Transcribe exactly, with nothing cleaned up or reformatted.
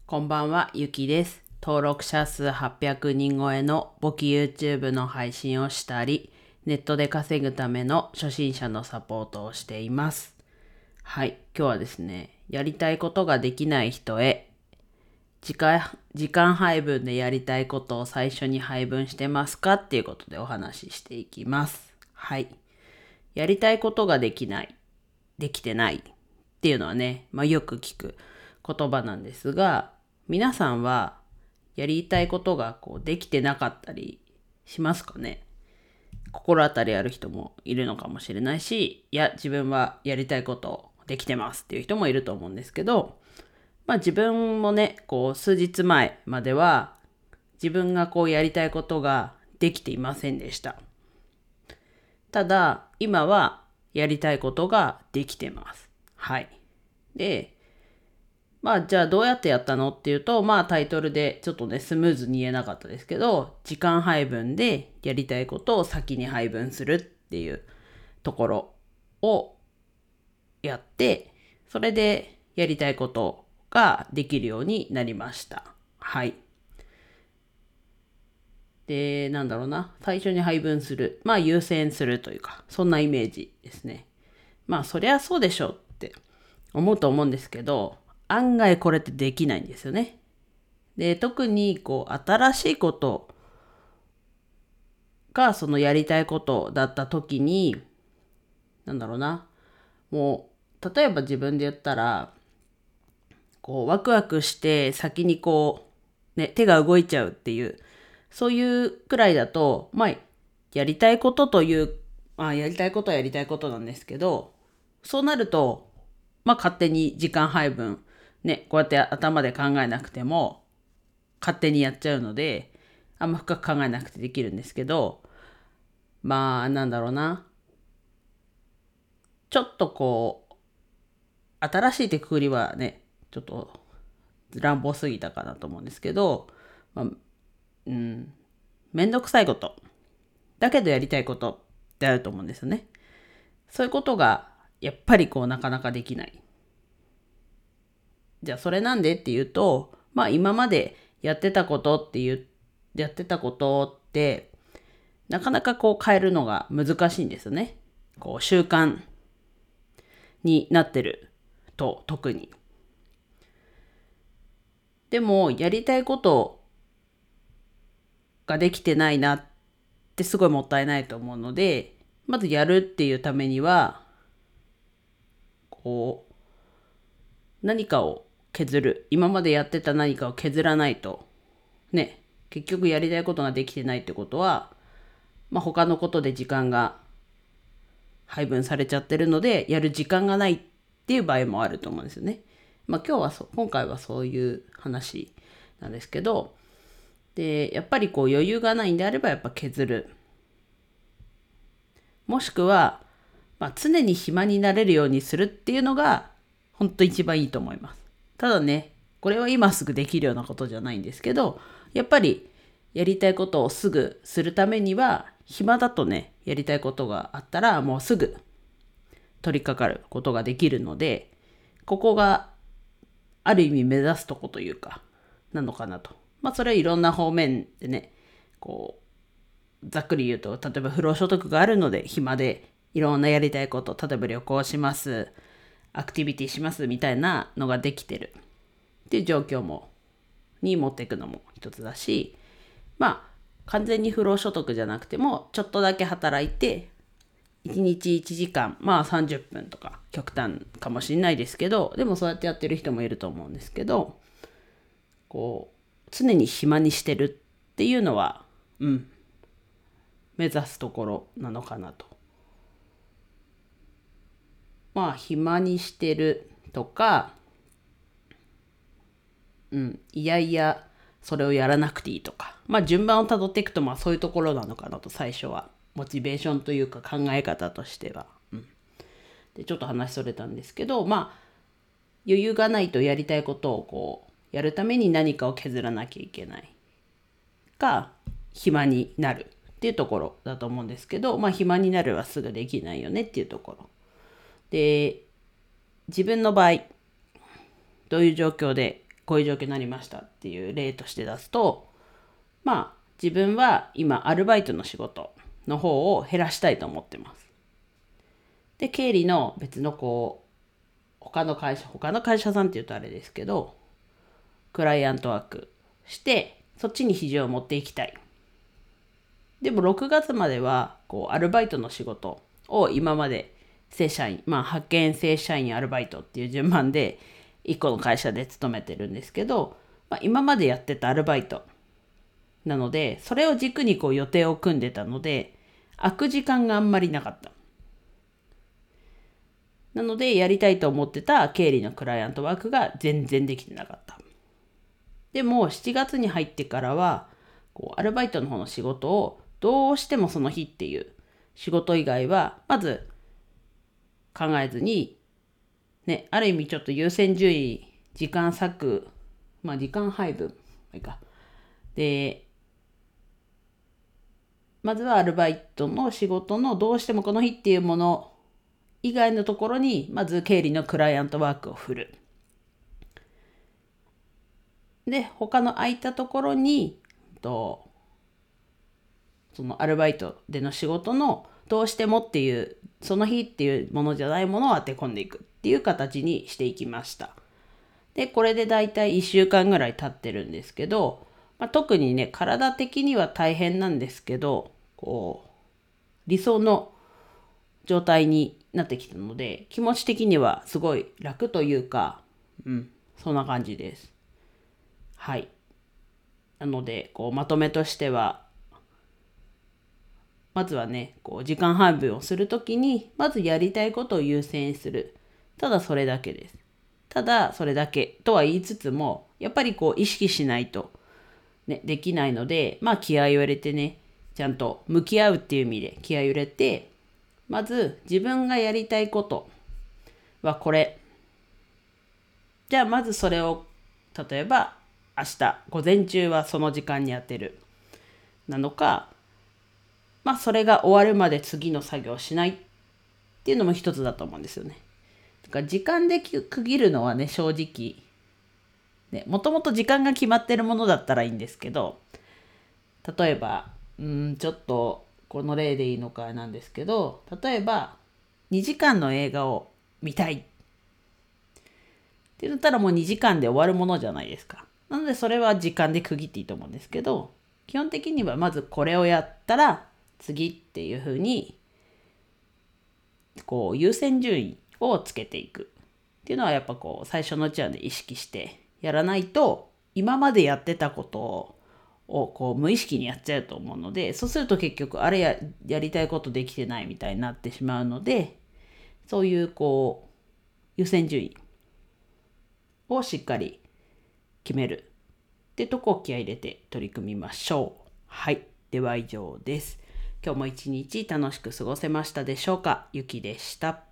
こんばんは、ゆきです。登録者数はっぴゃくにん超えの簿記 YouTube の配信をしたり、ネットで稼ぐための初心者のサポートをしています。はい、今日はですね、やりたいことができない人へ、時間、時間配分でやりたいことを最初に配分してますかっていうことでお話ししていきます。はい。やりたいことができない、できてないっていうのはね、まあ、よく聞く言葉なんですが、皆さんはやりたいことがこうできてなかったりしますかね。心当たりある人もいるのかもしれないし、いや、自分はやりたいことできてますっていう人もいると思うんですけど、まあ自分もね、こう数日前までは自分がこうやりたいことができていませんでした。ただ、今はやりたいことができてます。はい。で、まあじゃあどうやってやったのっていうと、まあタイトルでちょっとねスムーズに言えなかったですけど、時間配分でやりたいことを先に配分するっていうところをやって、それでやりたいことができるようになりました。はい。で、なんだろうな。最初に配分する。まあ優先するというか、そんなイメージですね。まあそりゃそうでしょうって思うと思うんですけど、案外これってできないんですよね。で、特にこう新しいことがそのやりたいことだった時に、なんだろうな、もう例えば自分で言ったら、こうワクワクして先にこうね手が動いちゃうっていう、そういうくらいだと、まあやりたいことという、まあやりたいことはやりたいことなんですけど、そうなるとまあ勝手に時間配分ね、こうやって頭で考えなくても勝手にやっちゃうので、あんま深く考えなくてできるんですけど、まあ、なんだろうな。ちょっとこう、新しいってくくりはね、ちょっと乱暴すぎたかなと思うんですけど、まあ、うん、めんどくさいこと。だけどやりたいことってあると思うんですよね。そういうことが、やっぱりこう、なかなかできない。じゃあ、それなんでっていうと、まあ、今までやってたことっていう、やってたことって、なかなかこう変えるのが難しいんですよね。こう習慣になってると特に。でもやりたいことができてないなってすごいもったいないと思うので、まずやるっていうためには、こう何かを削る。今までやってた何かを削らないと、ね、結局やりたいことができてないってことは、まあ、他のことで時間が配分されちゃってるので、やる時間がないっていう場合もあると思うんですよね。まあ今日はそ、今回はそういう話なんですけど、で、やっぱりこう余裕がないんであればやっぱ削る。もしくは、まあ、常に暇になれるようにするっていうのが本当一番いいと思います。ただね、これは今すぐできるようなことじゃないんですけど、やっぱりやりたいことをすぐするためには、暇だとね、やりたいことがあったらもうすぐ取り掛かることができるので、ここがある意味目指すとこというか、なのかなと。まあそれはいろんな方面でね、こう、ざっくり言うと、例えば不労所得があるので暇でいろんなやりたいこと、例えば旅行します、アクティビティしますみたいなのができてるっていう状況も、に持っていくのも一つだし、まあ完全に不労所得じゃなくても、ちょっとだけ働いて、いちにちいちじかん、まあさんじゅっぷんとか極端かもしれないですけど、でもそうやってやってる人もいると思うんですけど、こう、常に暇にしてるっていうのは、うん、目指すところなのかなと。まあ暇にしてるとか、うん、いやいやそれをやらなくていいとか、まあ順番をたどっていくと、まあそういうところなのかなと、最初は。モチベーションというか考え方としては。うん、でちょっと話それたんですけど、まあ余裕がないとやりたいことをこうやるために何かを削らなきゃいけないか、暇になるっていうところだと思うんですけど、まあ暇になるはすぐできないよねっていうところで、自分の場合どういう状況でこういう状況になりましたっていう例として出すと、まあ自分は今アルバイトの仕事の方を減らしたいと思ってます。で、経理の別のこう他の会社他の会社さんっていうとあれですけど、クライアントワークしてそっちに比重を持っていきたい。でもろくがつまではこうアルバイトの仕事を今まで正社員、まあ派遣正社員アルバイトっていう順番でいっこの会社で勤めてるんですけど、まあ、今までやってたアルバイトなので、それを軸にこう予定を組んでたので、空く時間があんまりなかった。なので、やりたいと思ってた経理のクライアントワークが全然できてなかった。でも、しちがつに入ってからは、こうアルバイトの方の仕事をどうしてもその日っていう仕事以外は、まず考えずに、ね、ある意味ちょっと優先順位、時間割く、まあ時間配分、か。で、まずはアルバイトの仕事のどうしてもこの日っていうもの以外のところに、まず経理のクライアントワークを振る。で、他の空いたところに、とそのアルバイトでの仕事のどうしてもっていう、その日っていうものじゃないものを当て込んでいくっていう形にしていきました。で、これでだいたいいっしゅうかんぐらい経ってるんですけど、まあ、特にね、体的には大変なんですけど、こう、理想の状態になってきたので、気持ち的にはすごい楽というか、うん、そんな感じです。はい。なので、こう、まとめとしては、まずはね、こう時間配分をするときに、まずやりたいことを優先する。ただそれだけです。ただそれだけとは言いつつも、やっぱりこう意識しないと、ね、できないので、まあ気合を入れてね、ちゃんと向き合うっていう意味で気合を入れて、まず自分がやりたいことはこれ。じゃあまずそれを、例えば明日午前中はその時間に当てる。なのか、まあそれが終わるまで次の作業をしないっていうのも一つだと思うんですよね。だから時間で区切るのはね、正直、ね、もともと時間が決まってるものだったらいいんですけど、例えば、うん、ちょっとこの例でいいのかなんですけど、例えばにじかんの映画を見たいって言ったらもうにじかんで終わるものじゃないですか。なのでそれは時間で区切っていいと思うんですけど、基本的にはまずこれをやったら次っていう風にこう優先順位をつけていくっていうのはやっぱこう最初のうちはね意識してやらないと、今までやってたことをこう無意識にやっちゃうと思うので、そうすると結局あれ や, やりたいことできてないみたいになってしまうので、そういうこう優先順位をしっかり決めるってとこを気合い入れて取り組みましょう。はい、では以上です。今日も一日楽しく過ごせましたでしょうか。ゆきでした。